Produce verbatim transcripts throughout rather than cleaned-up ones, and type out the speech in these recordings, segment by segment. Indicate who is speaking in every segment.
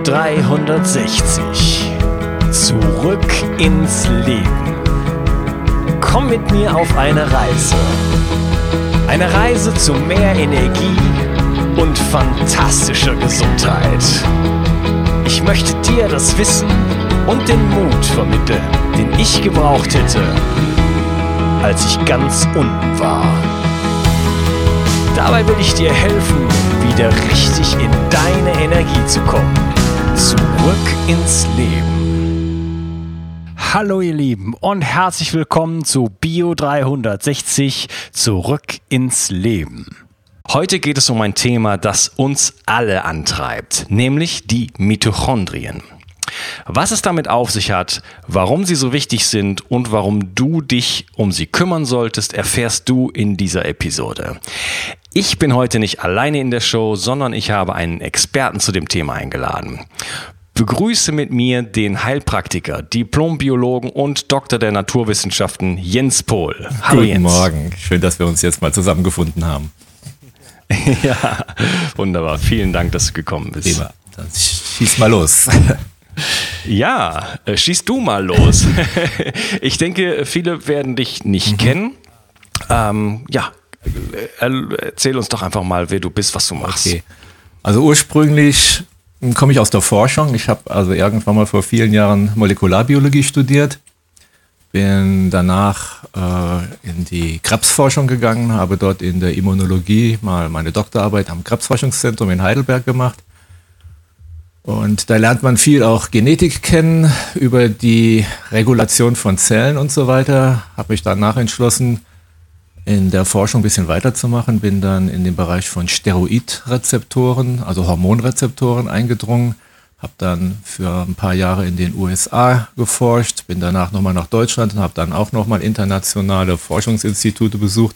Speaker 1: dreihundertsechzig. Zurück ins Leben. Komm mit mir auf eine Reise. Eine Reise zu mehr Energie und fantastischer Gesundheit. Ich möchte dir das Wissen und den Mut vermitteln, den ich gebraucht hätte, als ich ganz unten war. Dabei will ich dir helfen, wieder richtig in deine Energie zu kommen. Zurück ins Leben. Hallo ihr Lieben und herzlich willkommen zu Bio dreihundertsechzig, Zurück ins Leben. Heute geht es um ein Thema, das uns alle antreibt, nämlich die Mitochondrien. Was es damit auf sich hat, warum sie so wichtig sind und warum du dich um sie kümmern solltest, erfährst du in dieser Episode. Ich bin heute nicht alleine in der Show, sondern ich habe einen Experten zu dem Thema eingeladen. Begrüße mit mir den Heilpraktiker, Diplombiologen und Doktor der Naturwissenschaften Jens Pohl.
Speaker 2: Hallo Guten Jens. Morgen, schön, dass wir uns jetzt mal zusammengefunden haben.
Speaker 1: Ja, wunderbar. Vielen Dank, dass du gekommen bist.
Speaker 2: Prima. Dann schieß mal los.
Speaker 1: Ja, äh, schieß du mal los. Ich denke, viele werden dich nicht mhm. kennen. Ähm, ja, erzähl uns doch einfach mal, wer du bist, was du machst. Okay.
Speaker 2: Also ursprünglich komme ich aus der Forschung. Ich habe also irgendwann mal vor vielen Jahren Molekularbiologie studiert. Bin danach äh, in die Krebsforschung gegangen, habe dort in der Immunologie mal meine Doktorarbeit am Krebsforschungszentrum in Heidelberg gemacht. Und da lernt man viel auch Genetik kennen, über die Regulation von Zellen und so weiter. Habe mich danach entschlossen, in der Forschung ein bisschen weiterzumachen. Bin dann in den Bereich von Steroidrezeptoren, also Hormonrezeptoren eingedrungen. Habe dann für ein paar Jahre in den U S A geforscht, bin danach nochmal nach Deutschland und habe dann auch nochmal internationale Forschungsinstitute besucht.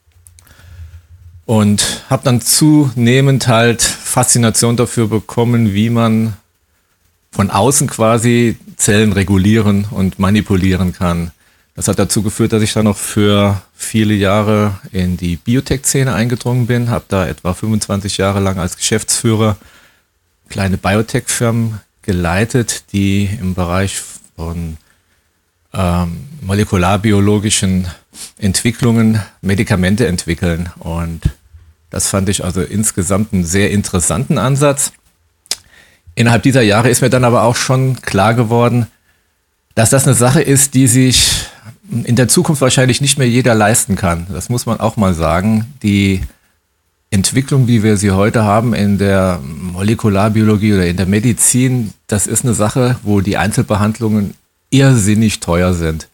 Speaker 2: Und habe dann zunehmend halt Faszination dafür bekommen, wie man von außen quasi Zellen regulieren und manipulieren kann. Das hat dazu geführt, dass ich dann noch für viele Jahre in die Biotech-Szene eingedrungen bin, habe da etwa fünfundzwanzig Jahre lang als Geschäftsführer kleine Biotech-Firmen geleitet, die im Bereich von ähm, molekularbiologischen Entwicklungen Medikamente entwickeln. Und das fand ich also insgesamt einen sehr interessanten Ansatz. Innerhalb dieser Jahre ist mir dann aber auch schon klar geworden, dass das eine Sache ist, die sich in der Zukunft wahrscheinlich nicht mehr jeder leisten kann. Das muss man auch mal sagen. Die Entwicklung, wie wir sie heute haben in der Molekularbiologie oder in der Medizin, das ist eine Sache, wo die Einzelbehandlungen irrsinnig teuer sind.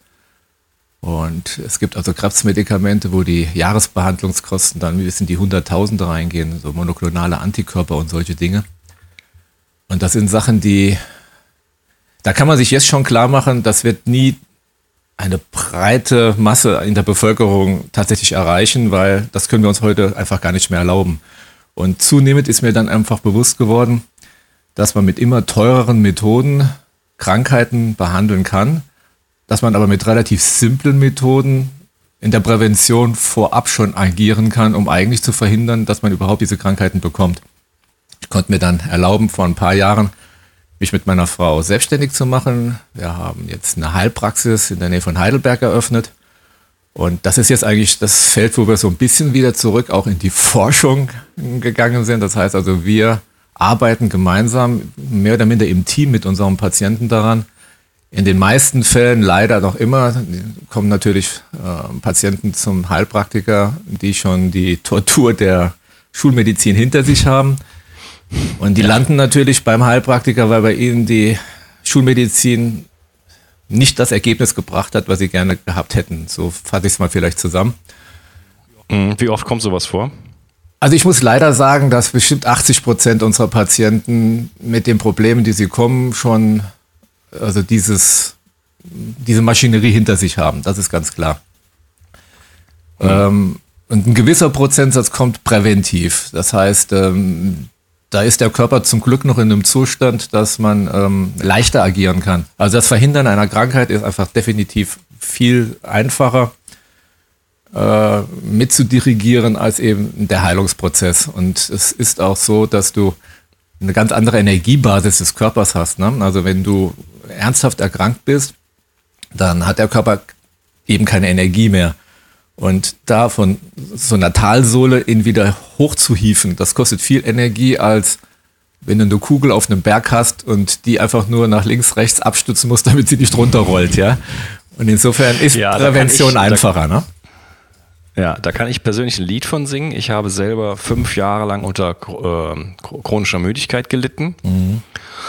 Speaker 2: Und es gibt also Krebsmedikamente, wo die Jahresbehandlungskosten dann bis in die Hunderttausende reingehen, so monoklonale Antikörper und solche Dinge. Und das sind Sachen, die, da kann man sich jetzt schon klar machen, das wird nie eine breite Masse in der Bevölkerung tatsächlich erreichen, weil das können wir uns heute einfach gar nicht mehr erlauben. Und zunehmend ist mir dann einfach bewusst geworden, dass man mit immer teureren Methoden Krankheiten behandeln kann, dass man aber mit relativ simplen Methoden in der Prävention vorab schon agieren kann, um eigentlich zu verhindern, dass man überhaupt diese Krankheiten bekommt. Ich konnte mir dann erlauben, vor ein paar Jahren mich mit meiner Frau selbstständig zu machen. Wir haben jetzt eine Heilpraxis in der Nähe von Heidelberg eröffnet. Und das ist jetzt eigentlich das Feld, wo wir so ein bisschen wieder zurück auch in die Forschung gegangen sind. Das heißt also, wir arbeiten gemeinsam, mehr oder minder im Team mit unseren Patienten daran. In den meisten Fällen leider noch immer kommen natürlich äh, Patienten zum Heilpraktiker, die schon die Tortur der Schulmedizin hinter sich haben. Und die landen natürlich beim Heilpraktiker, weil bei ihnen die Schulmedizin nicht das Ergebnis gebracht hat, was sie gerne gehabt hätten. So fasse ich es mal vielleicht zusammen.
Speaker 1: Wie oft kommt sowas vor?
Speaker 2: Also ich muss leider sagen, dass bestimmt achtzig Prozent unserer Patienten mit den Problemen, die sie kommen, schon also dieses, diese Maschinerie hinter sich haben. Das ist ganz klar. Mhm. Ähm, und ein gewisser Prozentsatz kommt präventiv. Das heißt, ähm, da ist der Körper zum Glück noch in einem Zustand, dass man ähm, leichter agieren kann. Also das Verhindern einer Krankheit ist einfach definitiv viel einfacher äh, mitzudirigieren als eben der Heilungsprozess. Und es ist auch so, dass du eine ganz andere Energiebasis des Körpers hast. Ne? Also wenn du ernsthaft erkrankt bist, dann hat der Körper eben keine Energie mehr. Und da von so einer Talsohle ihn wieder hochzuhieven, das kostet viel Energie, als wenn du eine Kugel auf einem Berg hast und die einfach nur nach links, rechts abstützen musst, damit sie nicht runterrollt. Ja? Und insofern ist ja, Prävention ich, einfacher.
Speaker 1: Da,
Speaker 2: ne?
Speaker 1: Ja, da kann ich persönlich ein Lied von singen. Ich habe selber fünf Jahre lang unter äh, chronischer Müdigkeit gelitten. Mhm.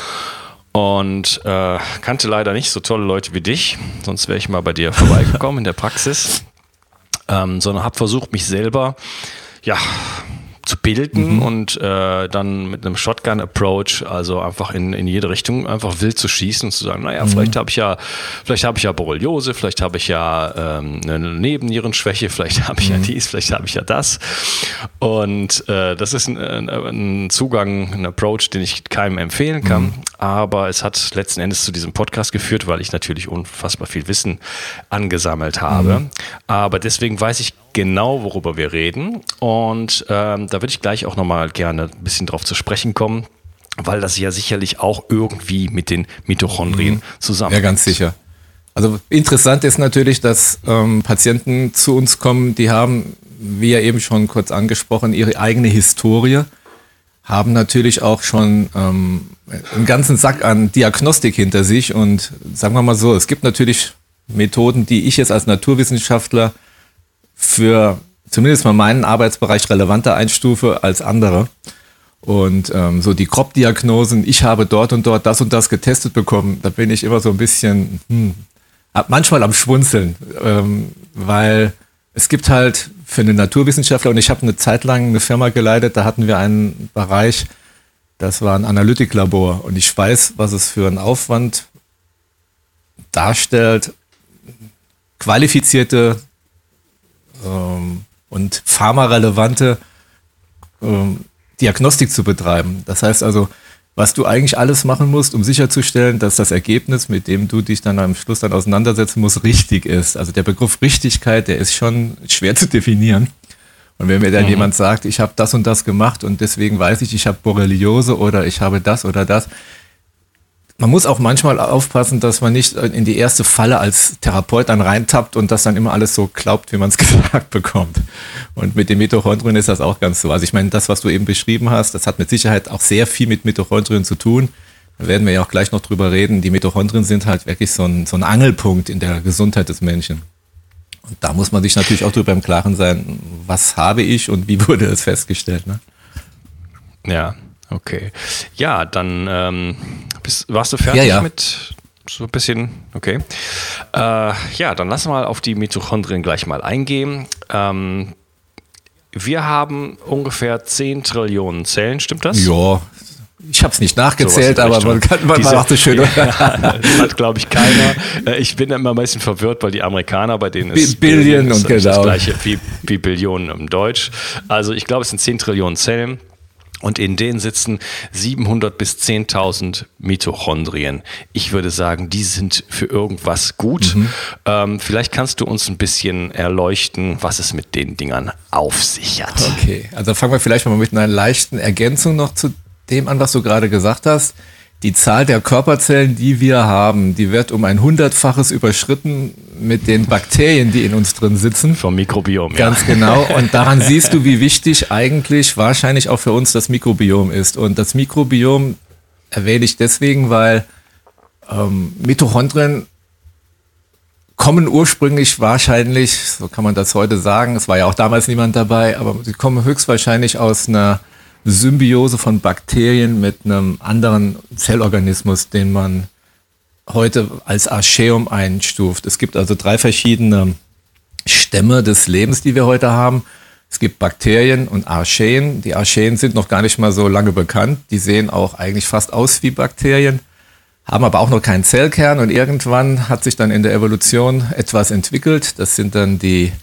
Speaker 1: Und äh, kannte leider nicht so tolle Leute wie dich, sonst wäre ich mal bei dir vorbeigekommen in der Praxis, ähm, sondern habe versucht, mich selber ja, zu bilden mhm. und äh, dann mit einem Shotgun-Approach, also einfach in, in jede Richtung einfach wild zu schießen und zu sagen, naja, mhm. vielleicht habe ich ja, vielleicht habe ich ja Borreliose, vielleicht habe ich ja ähm, eine Nebennierenschwäche, vielleicht habe ich mhm. ja dies, vielleicht habe ich ja das. Und äh, das ist ein, ein, ein Zugang, ein Approach, den ich keinem empfehlen kann. Mhm. Aber es hat letzten Endes zu diesem Podcast geführt, weil ich natürlich unfassbar viel Wissen angesammelt habe. Mhm. Aber deswegen weiß ich genau, worüber wir reden. Und ähm, da würde ich gleich auch nochmal gerne ein bisschen drauf zu sprechen kommen, weil das ja sicherlich auch irgendwie mit den Mitochondrien mhm. zusammenhängt.
Speaker 2: Ja, ganz sicher. Also interessant ist natürlich, dass ähm, Patienten zu uns kommen, die haben, wie ja eben schon kurz angesprochen, ihre eigene Historie, haben natürlich auch schon ähm, einen ganzen Sack an Diagnostik hinter sich. Und sagen wir mal so, es gibt natürlich Methoden, die ich jetzt als Naturwissenschaftler für zumindest mal meinen Arbeitsbereich relevanter einstufe als andere. Und ähm, so die Grobdiagnosen, ich habe dort und dort das und das getestet bekommen, da bin ich immer so ein bisschen, hm, manchmal am Schwunzeln, ähm, weil es gibt halt für einen Naturwissenschaftler, und ich habe eine Zeit lang eine Firma geleitet, da hatten wir einen Bereich, das war ein Analytiklabor, und ich weiß, was es für einen Aufwand darstellt, qualifizierte ähm, und pharmarelevante ähm, Diagnostik zu betreiben. Das heißt also, was du eigentlich alles machen musst, um sicherzustellen, dass das Ergebnis, mit dem du dich dann am Schluss dann auseinandersetzen musst, richtig ist. Also der Begriff Richtigkeit, der ist schon schwer zu definieren. Und wenn mir dann mhm. jemand sagt, ich habe das und das gemacht und deswegen weiß ich, ich habe Borreliose oder ich habe das oder das. Man muss auch manchmal aufpassen, dass man nicht in die erste Falle als Therapeut dann reintappt und das dann immer alles so glaubt, wie man es gesagt bekommt. Und mit den Mitochondrien ist das auch ganz so. Also ich meine, das, was du eben beschrieben hast, das hat mit Sicherheit auch sehr viel mit Mitochondrien zu tun. Da werden wir ja auch gleich noch drüber reden. Die Mitochondrien sind halt wirklich so ein, so ein Angelpunkt in der Gesundheit des Menschen. Und da muss man sich natürlich auch drüber im Klaren sein, was habe ich und wie wurde es festgestellt, ne?
Speaker 1: Ja. Okay. Ja, dann ähm, bist, warst du fertig ja, ja. mit so ein bisschen, okay. Äh, ja, dann lass mal auf die Mitochondrien gleich mal eingehen. Ähm, wir haben ungefähr zehn Trillionen Zellen, stimmt das?
Speaker 2: Ja, ich habe es nicht nachgezählt, so aber man, kann, man Diese, macht es schön.
Speaker 1: Ja, das hat, glaube ich, keiner. Ich bin immer ein bisschen verwirrt, weil die Amerikaner, bei denen ist
Speaker 2: Billion und genau
Speaker 1: das gleiche wie, wie Billionen im Deutsch. Also ich glaube, es sind zehn Trillionen Zellen. Und in denen sitzen siebenhundert bis zehntausend Mitochondrien. Ich würde sagen, die sind für irgendwas gut. Mhm. Ähm, vielleicht kannst du uns ein bisschen erleuchten, was es mit den Dingern auf sich hat.
Speaker 2: Okay, also fangen wir vielleicht mal mit einer leichten Ergänzung noch zu dem an, was du gerade gesagt hast. Die Zahl der Körperzellen, die wir haben, die wird um ein hundertfaches überschritten mit den Bakterien, die in uns drin sitzen.
Speaker 1: Vom Mikrobiom,
Speaker 2: Ganz ja. genau. Und daran siehst du, wie wichtig eigentlich wahrscheinlich auch für uns das Mikrobiom ist. Und das Mikrobiom erwähne ich deswegen, weil ähm, Mitochondrien kommen ursprünglich wahrscheinlich, so kann man das heute sagen, es war ja auch damals niemand dabei, aber sie kommen höchstwahrscheinlich aus einer Symbiose von Bakterien mit einem anderen Zellorganismus, den man heute als Archaeum einstuft. Es gibt also drei verschiedene Stämme des Lebens, die wir heute haben. Es gibt Bakterien und Archaeen. Die Archaeen sind noch gar nicht mal so lange bekannt. Die sehen auch eigentlich fast aus wie Bakterien, haben aber auch noch keinen Zellkern. Und irgendwann hat sich dann in der Evolution etwas entwickelt. Das sind dann die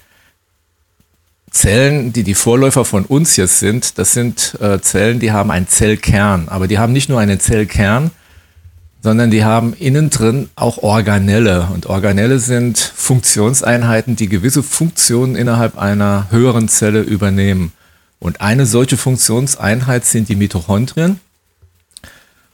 Speaker 2: Zellen, die die Vorläufer von uns jetzt sind. Das sind äh, Zellen, die haben einen Zellkern. Aber die haben nicht nur einen Zellkern, sondern die haben innen drin auch Organelle. Und Organelle sind Funktionseinheiten, die gewisse Funktionen innerhalb einer höheren Zelle übernehmen. Und eine solche Funktionseinheit sind die Mitochondrien.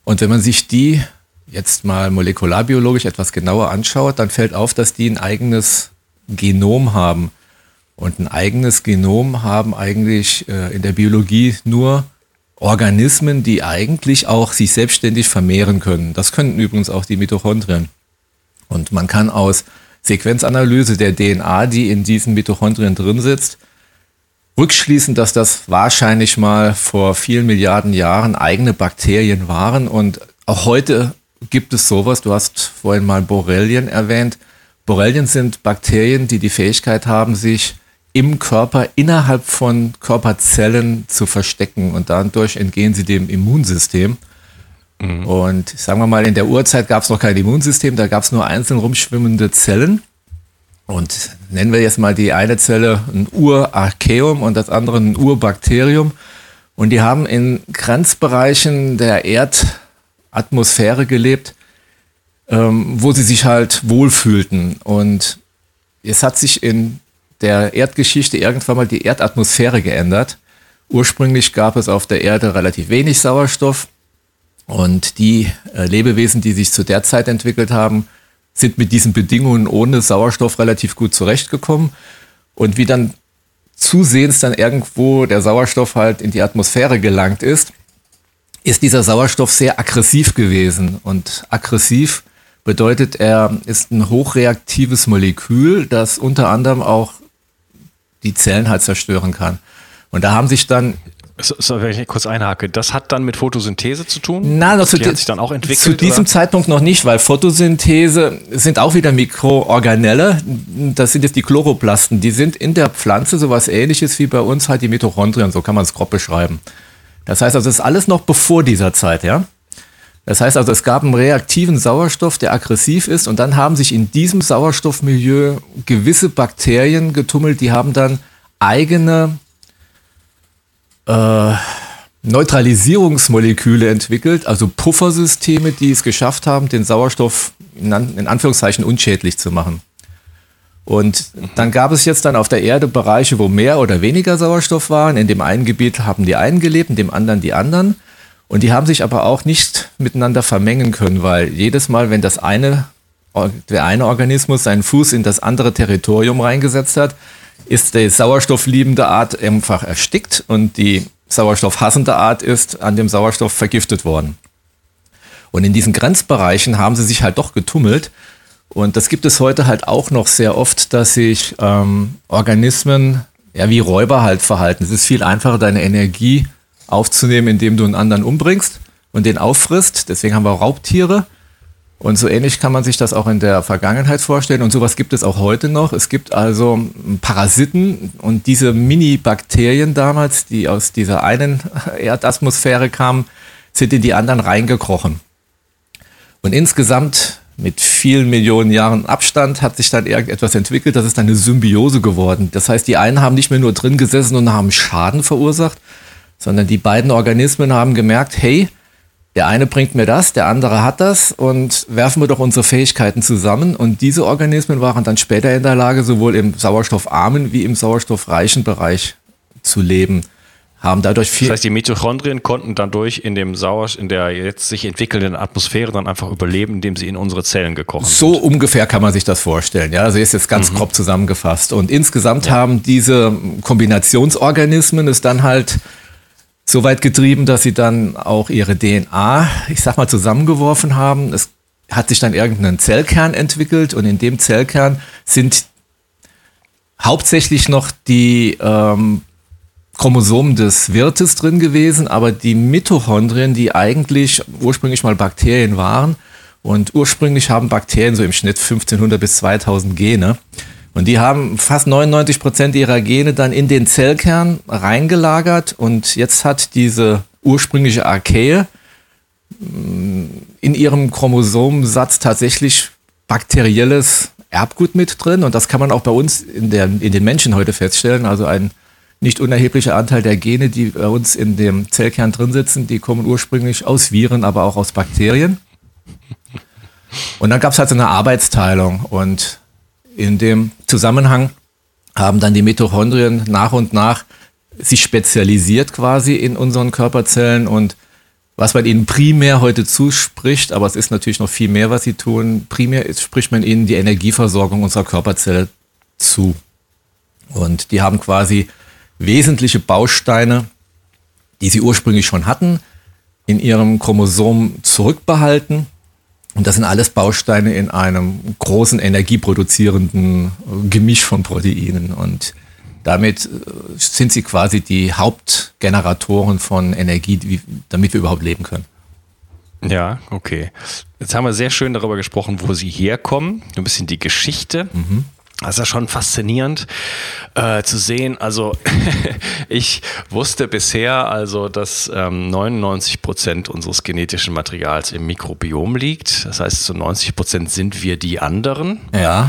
Speaker 2: Und wenn man sich die jetzt mal molekularbiologisch etwas genauer anschaut, dann fällt auf, dass die ein eigenes Genom haben. Und ein eigenes Genom haben eigentlich äh, in der Biologie nur Organismen, die eigentlich auch sich selbstständig vermehren können. Das können übrigens auch die Mitochondrien. Und man kann aus Sequenzanalyse der D N A, die in diesen Mitochondrien drin sitzt, rückschließen, dass das wahrscheinlich mal vor vielen Milliarden Jahren eigene Bakterien waren. Und auch heute gibt es sowas. Du hast vorhin mal Borrelien erwähnt. Borrelien sind Bakterien, die die Fähigkeit haben, sich im Körper innerhalb von Körperzellen zu verstecken. Und dadurch entgehen sie dem Immunsystem. Mhm. Und sagen wir mal, in der Urzeit gab es noch kein Immunsystem, da gab es nur einzeln rumschwimmende Zellen. Und nennen wir jetzt mal die eine Zelle ein Urarchaeum und das andere ein Urbakterium. Und die haben in Grenzbereichen der Erdatmosphäre gelebt, ähm, wo sie sich halt wohlfühlten. Und es hat sich in der Erdgeschichte irgendwann mal die Erdatmosphäre geändert. Ursprünglich gab es auf der Erde relativ wenig Sauerstoff. Und die äh, Lebewesen, die sich zu der Zeit entwickelt haben, sind mit diesen Bedingungen ohne Sauerstoff relativ gut zurechtgekommen. Und wie dann zusehends dann irgendwo der Sauerstoff halt in die Atmosphäre gelangt ist, ist dieser Sauerstoff sehr aggressiv gewesen. Und aggressiv bedeutet, er ist ein hochreaktives Molekül, das unter anderem auch die Zellen halt zerstören kann. Und da haben sich dann
Speaker 1: So, so, wenn ich kurz einhake, das hat dann mit Photosynthese zu tun?
Speaker 2: Na, das
Speaker 1: die
Speaker 2: hat
Speaker 1: sich dann auch entwickelt?
Speaker 2: Zu diesem oder? Zeitpunkt noch nicht, weil Photosynthese sind auch wieder Mikroorganelle. Das sind jetzt die Chloroplasten. Die sind in der Pflanze sowas Ähnliches wie bei uns halt die Mitochondrien. So kann man es grob beschreiben. Das heißt also, das ist alles noch bevor dieser Zeit, ja. Das heißt also, es gab einen reaktiven Sauerstoff, der aggressiv ist. Und dann haben sich in diesem Sauerstoffmilieu gewisse Bakterien getummelt. Die haben dann eigene Äh, Neutralisierungsmoleküle entwickelt, also Puffersysteme, die es geschafft haben, den Sauerstoff in, in Anführungszeichen unschädlich zu machen. Und dann gab es jetzt dann auf der Erde Bereiche, wo mehr oder weniger Sauerstoff waren. In dem einen Gebiet haben die einen gelebt, in dem anderen die anderen. Und die haben sich aber auch nicht miteinander vermengen können, weil jedes Mal, wenn das eine, der eine Organismus seinen Fuß in das andere Territorium reingesetzt hat, ist die sauerstoffliebende Art einfach erstickt und die sauerstoffhassende Art ist an dem Sauerstoff vergiftet worden. Und in diesen Grenzbereichen haben sie sich halt doch getummelt. Und das gibt es heute halt auch noch sehr oft, dass sich ähm, Organismen ja wie Räuber halt verhalten. Es ist viel einfacher, deine Energie aufzunehmen, indem du einen anderen umbringst und den auffrisst. Deswegen haben wir Raubtiere. Und so ähnlich kann man sich das auch in der Vergangenheit vorstellen. Und sowas gibt es auch heute noch. Es gibt also Parasiten und diese Mini-Bakterien damals, die aus dieser einen Erdatmosphäre kamen, sind in die anderen reingekrochen. Und insgesamt mit vielen Millionen Jahren Abstand hat sich dann irgendetwas entwickelt. Das ist dann eine Symbiose geworden. Das heißt, die einen haben nicht mehr nur drin gesessen und haben Schaden verursacht, sondern die beiden Organismen haben gemerkt, hey, der eine bringt mir das, der andere hat das und werfen wir doch unsere Fähigkeiten zusammen. Und diese Organismen waren dann später in der Lage, sowohl im sauerstoffarmen wie im sauerstoffreichen Bereich zu leben. Haben dadurch viel.
Speaker 1: Das heißt, die Mitochondrien konnten dadurch in dem Sauerstoff, in der jetzt sich entwickelnden Atmosphäre dann einfach überleben, indem sie in unsere Zellen gekrochen sind.
Speaker 2: So ungefähr kann man sich das vorstellen. Ja, also ist jetzt ganz mhm. grob zusammengefasst. Und insgesamt ja. haben diese Kombinationsorganismen es dann halt so weit getrieben, dass sie dann auch ihre D N A, ich sag mal, zusammengeworfen haben. Es hat sich dann irgendein Zellkern entwickelt und in dem Zellkern sind hauptsächlich noch die ähm, Chromosomen des Wirtes drin gewesen, aber die Mitochondrien, die eigentlich ursprünglich mal Bakterien waren, und ursprünglich haben Bakterien so im Schnitt fünfzehnhundert bis zweitausend Gene. Und die haben fast neunundneunzig Prozent ihrer Gene dann in den Zellkern reingelagert. Und jetzt hat diese ursprüngliche Archaee in ihrem Chromosomensatz tatsächlich bakterielles Erbgut mit drin. Und das kann man auch bei uns in, der, in den Menschen heute feststellen. Also ein nicht unerheblicher Anteil der Gene, die bei uns in dem Zellkern drin sitzen, die kommen ursprünglich aus Viren, aber auch aus Bakterien. Und dann gab es halt so eine Arbeitsteilung. Und in dem Zusammenhang haben dann die Mitochondrien nach und nach sich spezialisiert quasi in unseren Körperzellen und was man ihnen primär heute zuspricht, aber es ist natürlich noch viel mehr, was sie tun. Primär ist, spricht man ihnen die Energieversorgung unserer Körperzelle zu. Und die haben quasi wesentliche Bausteine, die sie ursprünglich schon hatten, in ihrem Chromosom zurückbehalten. Und das sind alles Bausteine in einem großen energieproduzierenden Gemisch von Proteinen. Und damit sind sie quasi die Hauptgeneratoren von Energie, damit wir überhaupt leben können.
Speaker 1: Ja, okay. Jetzt haben wir sehr schön darüber gesprochen, wo sie herkommen, ein bisschen die Geschichte. Mhm. Das ist ja schon faszinierend äh, zu sehen. Also ich wusste bisher, also, dass ähm, neunundneunzig Prozent unseres genetischen Materials im Mikrobiom liegt. Das heißt, zu neunzig Prozent sind wir die anderen.
Speaker 2: Ja.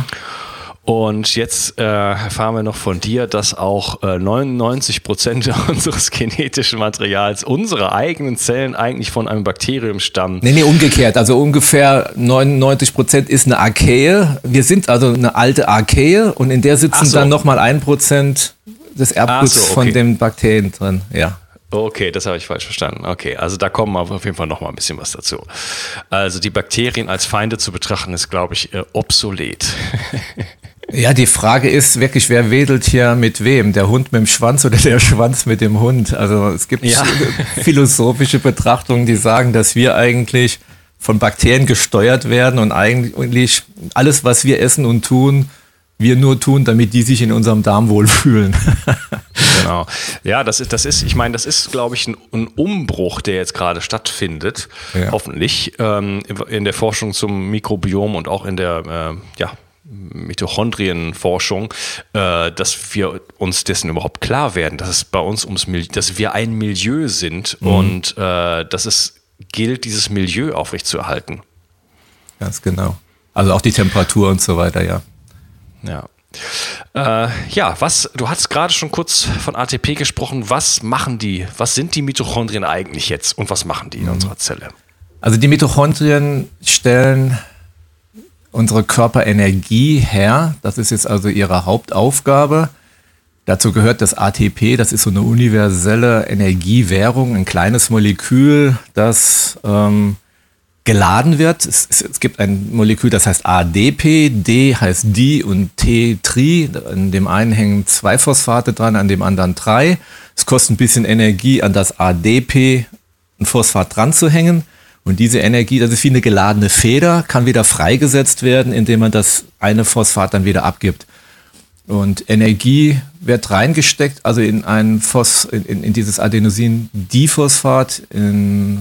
Speaker 1: Und jetzt äh, erfahren wir noch von dir, dass auch äh, neunundneunzig Prozent unseres genetischen Materials, unsere eigenen Zellen, eigentlich von einem Bakterium stammen.
Speaker 2: Nee, nee, umgekehrt. Also ungefähr neunundneunzig Prozent ist eine Archaee. Wir sind also eine alte Archaee und in der sitzen so. Dann nochmal ein Prozent des Erbguts so, okay. von den Bakterien drin. Ja.
Speaker 1: Okay, das habe ich falsch verstanden. Okay, also da kommen auf jeden Fall noch mal ein bisschen was dazu. Also die Bakterien als Feinde zu betrachten, ist, glaube ich, äh, obsolet.
Speaker 2: Ja, die Frage ist wirklich, wer wedelt hier mit wem? Der Hund mit dem Schwanz oder der Schwanz mit dem Hund? Also es gibt ja. philosophische Betrachtungen, die sagen, dass wir eigentlich von Bakterien gesteuert werden und eigentlich alles, was wir essen und tun, wir nur tun, damit die sich in unserem Darm wohlfühlen.
Speaker 1: Genau. Ja, das ist, das ist, ich meine, das ist, glaube ich, ein, ein Umbruch, der jetzt gerade stattfindet, ja. hoffentlich, ähm, in der Forschung zum Mikrobiom und auch in der, äh, ja, Mitochondrienforschung, äh, dass wir uns dessen überhaupt klar werden, dass es bei uns ums Mil- dass wir ein Milieu sind mhm. und äh, dass es gilt, dieses Milieu aufrechtzuerhalten.
Speaker 2: Ganz genau. Also auch die Temperatur und so weiter, ja.
Speaker 1: Ja. Äh, ja, was, du hast gerade schon kurz von A T P gesprochen. Was machen die? Was sind die Mitochondrien eigentlich jetzt und was machen die in mhm. unserer Zelle?
Speaker 2: Also die Mitochondrien stellen unsere Körperenergie her. Das ist jetzt also ihre Hauptaufgabe. Dazu gehört das A T P, das ist so eine universelle Energiewährung, ein kleines Molekül, das ähm, geladen wird. Es, es, es gibt ein Molekül, das heißt A D P, D heißt Di und T Tri. An dem einen hängen zwei Phosphate dran, an dem anderen drei. Es kostet ein bisschen Energie, an das A D P ein Phosphat dran zu hängen. Und diese Energie, das ist wie eine geladene Feder, kann wieder freigesetzt werden, indem man das eine Phosphat dann wieder abgibt. Und Energie wird reingesteckt, also in ein Phos, in, in dieses Adenosin-Diphosphat in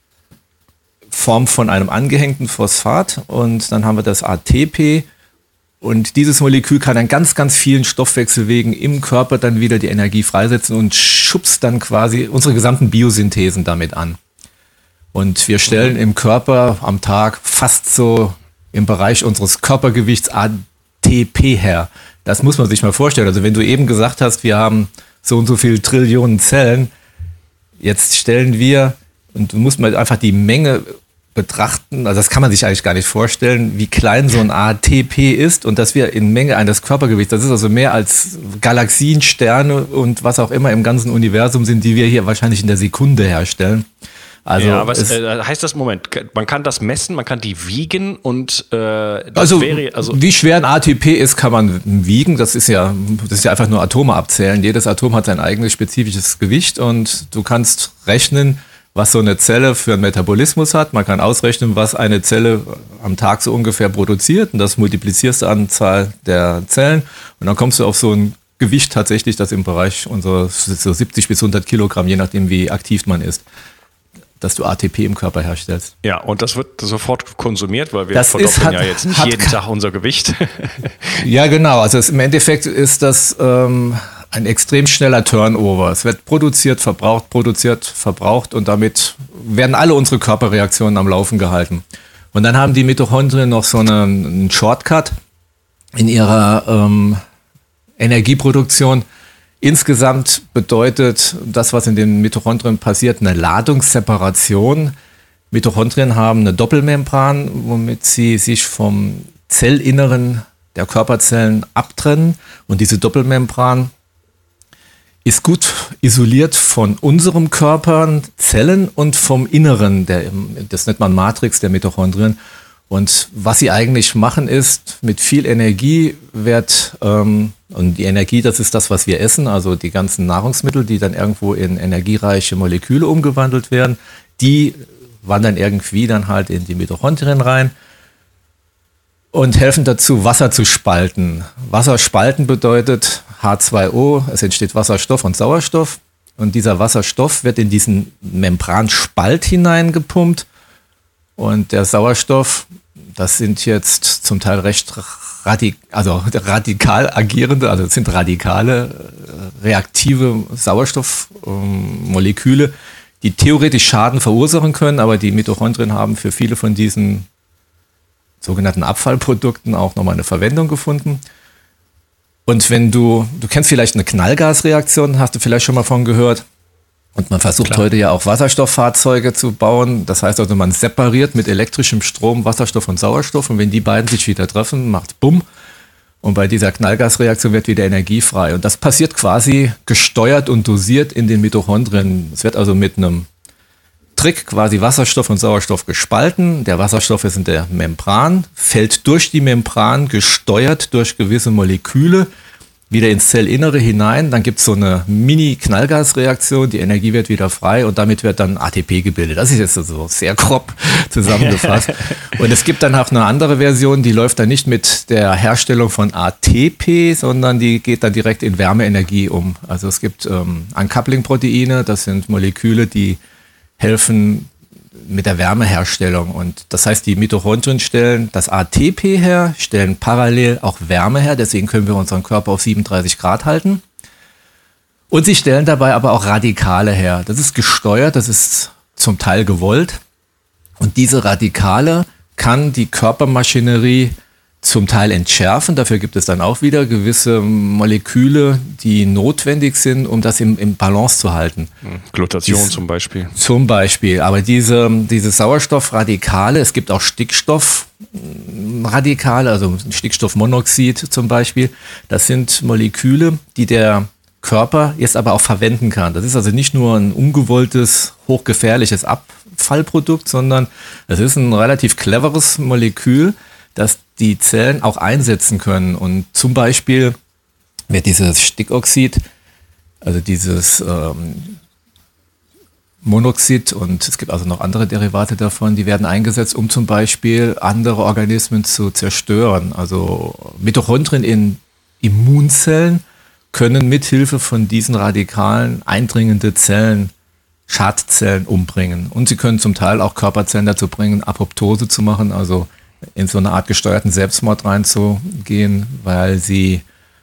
Speaker 2: Form von einem angehängten Phosphat. Und dann haben wir das A T P. Und dieses Molekül kann an ganz, ganz vielen Stoffwechselwegen im Körper dann wieder die Energie freisetzen und schubst dann quasi unsere gesamten Biosynthesen damit an. Und wir stellen im Körper am Tag fast so im Bereich unseres Körpergewichts A T P her. Das muss man sich mal vorstellen. Also wenn du eben gesagt hast, wir haben so und so viele Trillionen Zellen, jetzt stellen wir, und du musst mal einfach die Menge betrachten, also das kann man sich eigentlich gar nicht vorstellen, wie klein so ein A T P ist und dass wir in Menge eines Körpergewichts, das ist also mehr als Galaxien, Sterne und was auch immer im ganzen Universum sind, die wir hier wahrscheinlich in der Sekunde herstellen. Also
Speaker 1: ja, was äh, heißt das? Moment, man kann das messen, man kann die wiegen und äh, das
Speaker 2: also,
Speaker 1: wäre, also
Speaker 2: wie schwer ein A T P ist, kann man wiegen. Das ist ja, das ist ja einfach nur Atome abzählen. Jedes Atom hat sein eigenes spezifisches Gewicht und du kannst rechnen, was so eine Zelle für einen Metabolismus hat. Man kann ausrechnen, was eine Zelle am Tag so ungefähr produziert und das multiplizierst du Anzahl der Zellen und dann kommst du auf so ein Gewicht tatsächlich, das im Bereich unserer so siebzig bis hundert Kilogramm, je nachdem wie aktiv man ist, dass du A T P im Körper herstellst.
Speaker 1: Ja, und das wird sofort konsumiert, weil wir
Speaker 2: das
Speaker 1: verdoppeln
Speaker 2: ist, hat,
Speaker 1: ja jetzt nicht jeden Tag unser Gewicht.
Speaker 2: Ja, genau. Also es, im Endeffekt ist das ähm, ein extrem schneller Turnover. Es wird produziert, verbraucht, produziert, verbraucht und damit werden alle unsere Körperreaktionen am Laufen gehalten. Und dann haben die Mitochondrien noch so eine, einen Shortcut in ihrer ähm, Energieproduktion. Insgesamt bedeutet das, was in den Mitochondrien passiert, eine Ladungsseparation. Mitochondrien haben eine Doppelmembran, womit sie sich vom Zellinneren der Körperzellen abtrennen. Und diese Doppelmembran ist gut isoliert von unserem Körper, Zellen und vom Inneren, der, das nennt man Matrix der Mitochondrien. Und was sie eigentlich machen ist, mit viel Energie wird, ähm, und die Energie, das ist das, was wir essen, also die ganzen Nahrungsmittel, die dann irgendwo in energiereiche Moleküle umgewandelt werden, die wandern irgendwie dann halt in die Mitochondrien rein und helfen dazu, Wasser zu spalten. Wasser spalten bedeutet H zwei O, es entsteht Wasserstoff und Sauerstoff und dieser Wasserstoff wird in diesen Membranspalt hineingepumpt und der Sauerstoff, das sind jetzt zum Teil recht radik- also radikal agierende, also es sind radikale, reaktive Sauerstoffmoleküle, die theoretisch Schaden verursachen können, aber die Mitochondrien haben für viele von diesen sogenannten Abfallprodukten auch nochmal eine Verwendung gefunden. Und wenn du, du kennst vielleicht eine Knallgasreaktion, hast du vielleicht schon mal von gehört. Und man versucht Klar. heute ja auch Wasserstofffahrzeuge zu bauen. Das heißt also, man separiert mit elektrischem Strom Wasserstoff und Sauerstoff. Und wenn die beiden sich wieder treffen, macht Bumm. Und bei dieser Knallgasreaktion wird wieder Energie frei. Und das passiert quasi gesteuert und dosiert in den Mitochondrien. Es wird also mit einem Trick quasi Wasserstoff und Sauerstoff gespalten. Der Wasserstoff ist in der Membran, fällt durch die Membran, gesteuert durch gewisse Moleküle, wieder ins Zellinnere hinein. Dann gibt es so eine Mini-Knallgasreaktion, die Energie wird wieder frei und damit wird dann A T P gebildet. Das ist jetzt so sehr grob zusammengefasst. Und es gibt dann auch eine andere Version, die läuft dann nicht mit der Herstellung von A T P, sondern die geht dann direkt in Wärmeenergie um. Also es gibt ähm, Uncoupling-Proteine, das sind Moleküle, die helfen mit der Wärmeherstellung. Und das heißt, die Mitochondrien stellen das A T P her, stellen parallel auch Wärme her. Deswegen können wir unseren Körper auf siebenunddreißig Grad halten. Und sie stellen dabei aber auch Radikale her. Das ist gesteuert, das ist zum Teil gewollt. Und diese Radikale kann die Körpermaschinerie zum Teil entschärfen. Dafür gibt es dann auch wieder gewisse Moleküle, die notwendig sind, um das im, im Balance zu halten.
Speaker 1: Glutation Dies, zum Beispiel.
Speaker 2: Zum Beispiel. Aber diese, diese Sauerstoffradikale, es gibt auch Stickstoffradikale, also Stickstoffmonoxid zum Beispiel. Das sind Moleküle, die der Körper jetzt aber auch verwenden kann. Das ist also nicht nur ein ungewolltes, hochgefährliches Abfallprodukt, sondern es ist ein relativ cleveres Molekül, das die Zellen auch einsetzen können. Und zum Beispiel wird dieses Stickoxid, also dieses ähm, Monoxid und es gibt also noch andere Derivate davon, die werden eingesetzt, um zum Beispiel andere Organismen zu zerstören. Also Mitochondrien in Immunzellen können mithilfe von diesen Radikalen eindringende Zellen, Schadzellen umbringen. Und sie können zum Teil auch Körperzellen dazu bringen, Apoptose zu machen, also in so eine Art gesteuerten Selbstmord reinzugehen, weil sie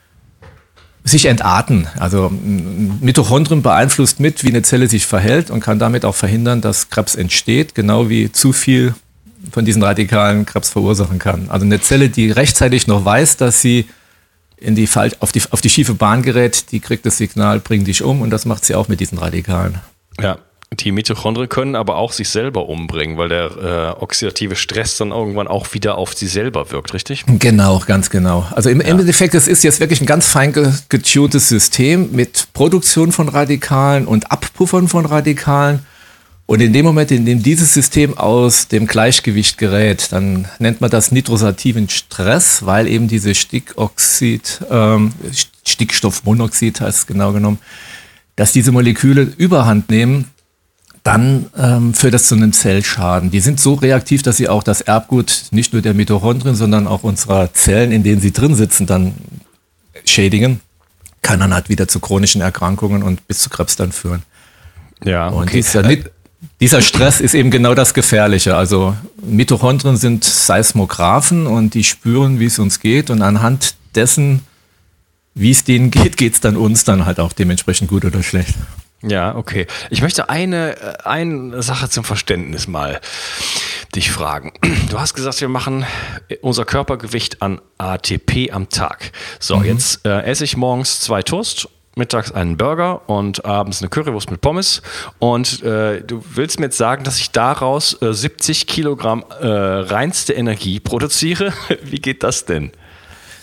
Speaker 2: sich entarten. Also Mitochondrien beeinflusst mit, wie eine Zelle sich verhält und kann damit auch verhindern, dass Krebs entsteht, genau wie zu viel von diesen Radikalen Krebs verursachen kann. Also eine Zelle, die rechtzeitig noch weiß, dass sie in die Fall, auf die, auf die schiefe Bahn gerät, die kriegt das Signal, bring dich um und das macht sie auch mit diesen Radikalen.
Speaker 1: Ja. Die Mitochondrien können aber auch sich selber umbringen, weil der äh, oxidative Stress dann irgendwann auch wieder auf sie selber wirkt, richtig?
Speaker 2: Genau, ganz genau. Also im ja. Endeffekt, es ist jetzt wirklich ein ganz fein getuntes System mit Produktion von Radikalen und Abpuffern von Radikalen. Und in dem Moment, in dem dieses System aus dem Gleichgewicht gerät, dann nennt man das nitrosativen Stress, weil eben diese Stickoxid, ähm, Stickstoffmonoxid heißt es genau genommen, dass diese Moleküle Überhand nehmen, dann ähm, führt das zu einem Zellschaden. Die sind so reaktiv, dass sie auch das Erbgut nicht nur der Mitochondrien, sondern auch unserer Zellen, in denen sie drin sitzen, dann schädigen. Kann dann halt wieder zu chronischen Erkrankungen und bis zu Krebs dann führen.
Speaker 1: Ja, okay.
Speaker 2: Und dieser, dieser Stress ist eben genau das Gefährliche. Also Mitochondrien sind Seismographen und die spüren, wie es uns geht. Und anhand dessen, wie es denen geht, geht es dann uns dann halt auch dementsprechend gut oder schlecht.
Speaker 1: Ja, okay. Ich möchte eine, eine Sache zum Verständnis mal dich fragen. Du hast gesagt, wir machen unser Körpergewicht an A T P am Tag. So, mhm. jetzt äh, esse ich morgens zwei Toast, mittags einen Burger und abends eine Currywurst mit Pommes. Und äh, du willst mir jetzt sagen, dass ich daraus äh, siebzig Kilogramm äh, reinste Energie produziere? Wie geht das denn?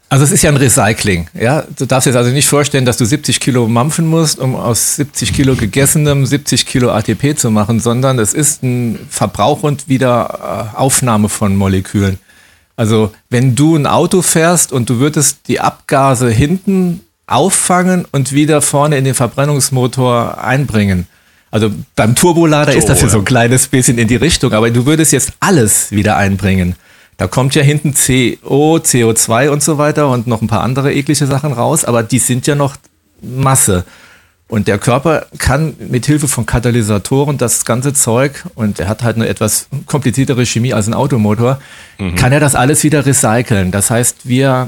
Speaker 2: Also es ist ja ein Recycling. Ja? Du darfst jetzt also nicht vorstellen, dass du siebzig Kilo mampfen musst, um aus siebzig Kilo gegessenem siebzig Kilo A T P zu machen, sondern es ist ein Verbrauch und Wiederaufnahme von Molekülen. Also wenn du ein Auto fährst und du würdest die Abgase hinten auffangen und wieder vorne in den Verbrennungsmotor einbringen. Also beim Turbolader so, ist das ja so ein kleines bisschen in die Richtung, aber du würdest jetzt alles wieder einbringen. Da kommt ja hinten C O, C O zwei und so weiter und noch ein paar andere eklige Sachen raus, aber die sind ja noch Masse. Und der Körper kann mit Hilfe von Katalysatoren das ganze Zeug, und er hat halt eine etwas kompliziertere Chemie als ein Automotor, mhm. kann er das alles wieder recyceln. Das heißt, wir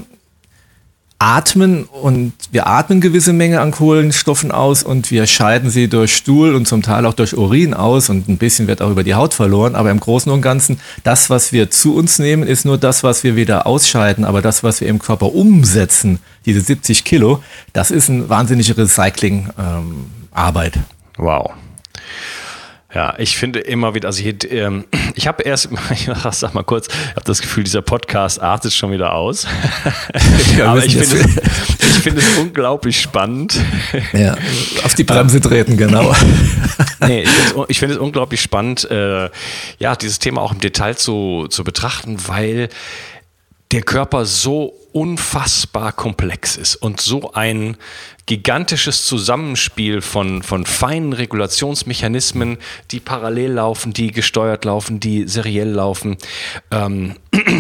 Speaker 2: atmen und wir atmen gewisse Menge an Kohlenstoffen aus und wir scheiden sie durch Stuhl und zum Teil auch durch Urin aus und ein bisschen wird auch über die Haut verloren, aber im Großen und Ganzen, das, was wir zu uns nehmen, ist nur das, was wir wieder ausscheiden, aber das, was wir im Körper umsetzen, diese siebzig Kilo, das ist eine wahnsinnige Recycling-Arbeit. Ähm,
Speaker 1: wow. Ja, ich finde immer wieder, also ich, ähm, ich habe erst, ich sag mal kurz, ich habe das Gefühl, dieser Podcast artet schon wieder aus. Ja, aber ich finde, es, ich finde es unglaublich spannend.
Speaker 2: Ja, auf die Bremse treten, genau.
Speaker 1: Nee, ich finde es, ich finde es unglaublich spannend, äh, ja, dieses Thema auch im Detail zu, zu betrachten, weil der Körper so unfassbar komplex ist und so ein gigantisches Zusammenspiel von, von feinen Regulationsmechanismen, die parallel laufen, die gesteuert laufen, die seriell laufen. Ähm,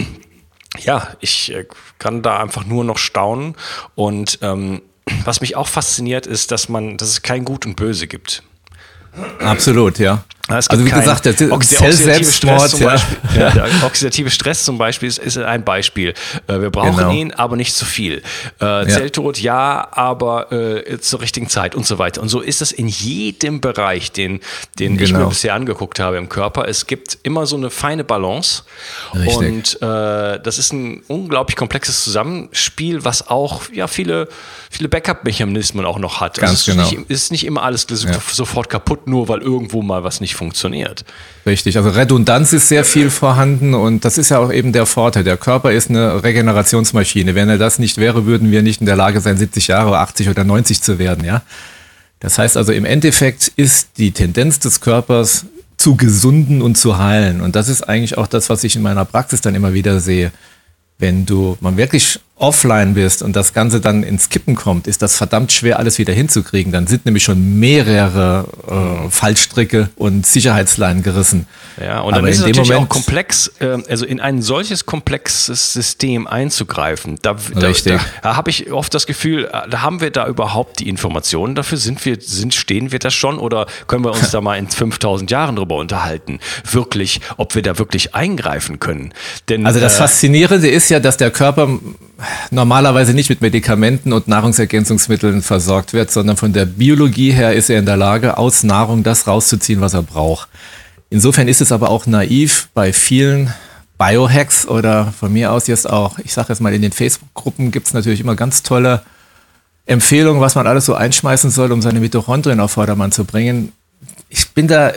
Speaker 1: ja, ich kann da einfach nur noch staunen. Und ähm, was mich auch fasziniert, ist, dass man, dass es kein Gut und Böse gibt.
Speaker 2: Absolut, ja.
Speaker 1: Also wie gesagt, der, der oxidative Stress zum Beispiel, ja. Ja, der oxidative Stress zum Beispiel ist, ist ein Beispiel. Wir brauchen genau. ihn, aber nicht zu viel. Äh, Zelltod ja, aber äh, zur richtigen Zeit und so weiter. Und so ist es in jedem Bereich, den, den genau. ich mir bisher angeguckt habe im Körper. Es gibt immer so eine feine Balance. Richtig. Und äh, das ist ein unglaublich komplexes Zusammenspiel, was auch ja viele, viele Backup-Mechanismen auch noch hat.
Speaker 2: Ganz
Speaker 1: also
Speaker 2: genau.
Speaker 1: Es ist nicht, ist nicht immer alles ja. sofort kaputt, nur weil irgendwo mal was nicht funktioniert.
Speaker 2: Richtig, also Redundanz ist sehr viel vorhanden und das ist ja auch eben der Vorteil. Der Körper ist eine Regenerationsmaschine. Wenn er das nicht wäre, würden wir nicht in der Lage sein, siebzig Jahre, achtzig oder neunzig zu werden. Ja? Das heißt also, im Endeffekt ist die Tendenz des Körpers zu gesunden und zu heilen. Und das ist eigentlich auch das, was ich in meiner Praxis dann immer wieder sehe. Wenn du mal wirklich offline bist und das Ganze dann ins Kippen kommt, ist das verdammt schwer, alles wieder hinzukriegen. Dann sind nämlich schon mehrere äh, Fallstricke und Sicherheitsleinen gerissen.
Speaker 1: Ja, und dann Aber ist es natürlich Moment, auch komplex, äh, also in ein solches komplexes System einzugreifen. Da, da, da, da habe ich oft das Gefühl, da haben wir da überhaupt die Informationen dafür? Sind wir, sind, stehen wir das schon oder können wir uns da mal in fünftausend Jahren drüber unterhalten? Wirklich, ob wir da wirklich eingreifen können? Denn,
Speaker 2: also das äh, Faszinierende ist ja, dass der Körper normalerweise nicht mit Medikamenten und Nahrungsergänzungsmitteln versorgt wird, sondern von der Biologie her ist er in der Lage, aus Nahrung das rauszuziehen, was er braucht. Insofern ist es aber auch naiv bei vielen Biohacks oder von mir aus jetzt auch, ich sage jetzt mal in den Facebook-Gruppen gibt es natürlich immer ganz tolle Empfehlungen, was man alles so einschmeißen soll, um seine Mitochondrien auf Vordermann zu bringen. Ich bin da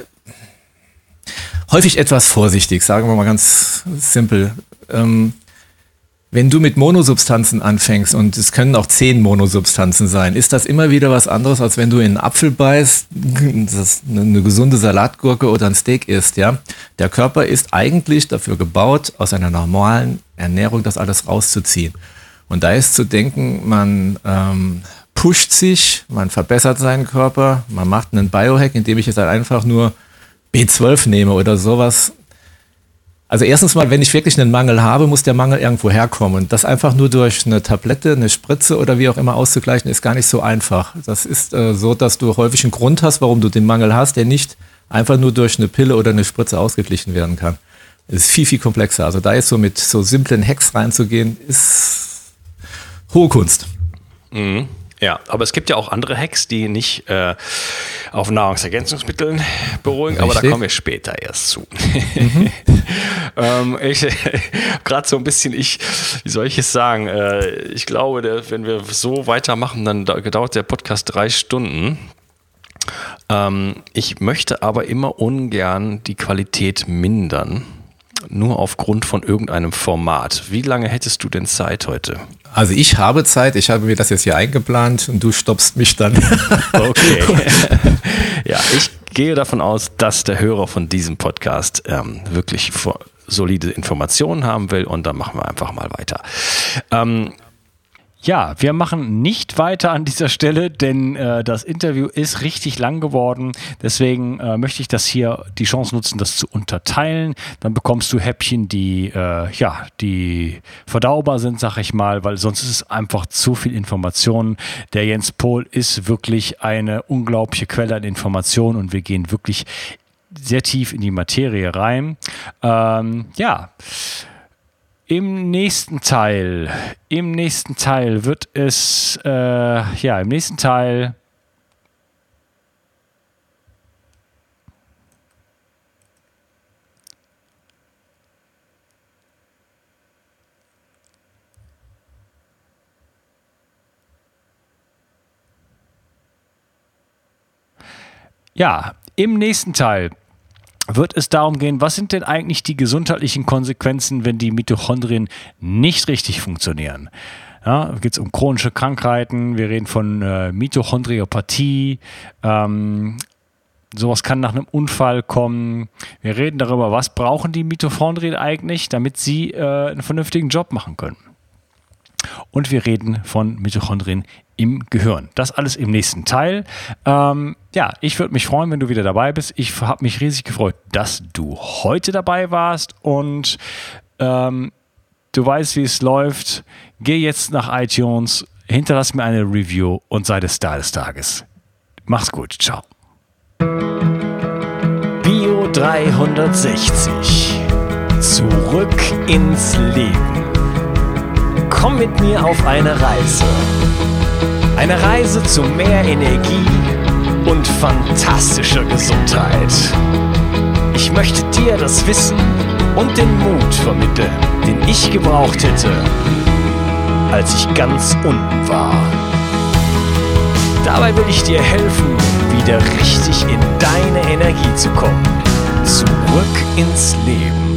Speaker 2: häufig etwas vorsichtig, sagen wir mal ganz simpel. Ähm, Wenn du mit Monosubstanzen anfängst, und es können auch zehn Monosubstanzen sein, ist das immer wieder was anderes, als wenn du in einen Apfel beißt, das eine gesunde Salatgurke oder ein Steak isst. Ja? Der Körper ist eigentlich dafür gebaut, aus einer normalen Ernährung das alles rauszuziehen. Und da ist zu denken, man ähm, pusht sich, man verbessert seinen Körper, man macht einen Biohack, indem ich jetzt halt einfach nur B zwölf nehme oder sowas. Also erstens mal, wenn ich wirklich einen Mangel habe, muss der Mangel irgendwo herkommen. Und das einfach nur durch eine Tablette, eine Spritze oder wie auch immer auszugleichen, ist gar nicht so einfach. Das ist äh, so, dass du häufig einen Grund hast, warum du den Mangel hast, der nicht einfach nur durch eine Pille oder eine Spritze ausgeglichen werden kann. Es ist viel, viel komplexer. Also da jetzt so mit so simplen Hacks reinzugehen, ist hohe Kunst.
Speaker 1: Mhm. Ja, aber es gibt ja auch andere Hacks, die nicht äh, auf Nahrungsergänzungsmitteln beruhigen, Richtig. Aber da kommen wir später erst zu. Mhm. ähm, ich gerade so ein bisschen, ich, wie soll ich es sagen, äh, ich glaube, der, wenn wir so weitermachen, dann dauert der Podcast drei Stunden. Ähm, ich möchte aber immer ungern die Qualität mindern. nur aufgrund von irgendeinem Format. Wie lange hättest du denn Zeit heute?
Speaker 2: Also ich habe Zeit, ich habe mir das jetzt hier eingeplant und du stoppst mich dann.
Speaker 1: Okay. Ja, ich gehe davon aus, dass der Hörer von diesem Podcast ähm, wirklich solide Informationen haben will und dann machen wir einfach mal weiter. Ähm, Ja, wir machen nicht weiter an dieser Stelle, denn äh, das Interview ist richtig lang geworden. Deswegen äh, möchte ich das hier die Chance nutzen, das zu unterteilen. Dann bekommst du Häppchen, die äh, ja, die verdaubar sind, sag ich mal, weil sonst ist es einfach zu viel Information. Der Jens Pohl ist wirklich eine unglaubliche Quelle an Informationen und wir gehen wirklich sehr tief in die Materie rein. Ähm, ja. Im nächsten Teil, im nächsten Teil wird es, äh, ja, im nächsten Teil ja, im nächsten Teil wird es darum gehen, was sind denn eigentlich die gesundheitlichen Konsequenzen, wenn die Mitochondrien nicht richtig funktionieren. Ja, da geht es um chronische Krankheiten, wir reden von äh, Mitochondriopathie, ähm, sowas kann nach einem Unfall kommen. Wir reden darüber, was brauchen die Mitochondrien eigentlich, damit sie äh, einen vernünftigen Job machen können. Und wir reden von Mitochondrien im Gehirn. Das alles im nächsten Teil. Ähm, ja, ich würde mich freuen, wenn du wieder dabei bist. Ich habe mich riesig gefreut, dass du heute dabei warst und ähm, du weißt, wie es läuft. Geh jetzt nach iTunes, hinterlass mir eine Review und sei der Star des Tages. Mach's gut. Ciao. Bio dreihundertsechzig. Zurück ins Leben. Komm mit mir auf eine Reise. Eine Reise zu mehr Energie und fantastischer Gesundheit. Ich möchte dir das Wissen und den Mut vermitteln, den ich gebraucht hätte, als ich ganz unten war. Dabei will ich dir helfen, wieder richtig in deine Energie zu kommen. Zurück ins Leben.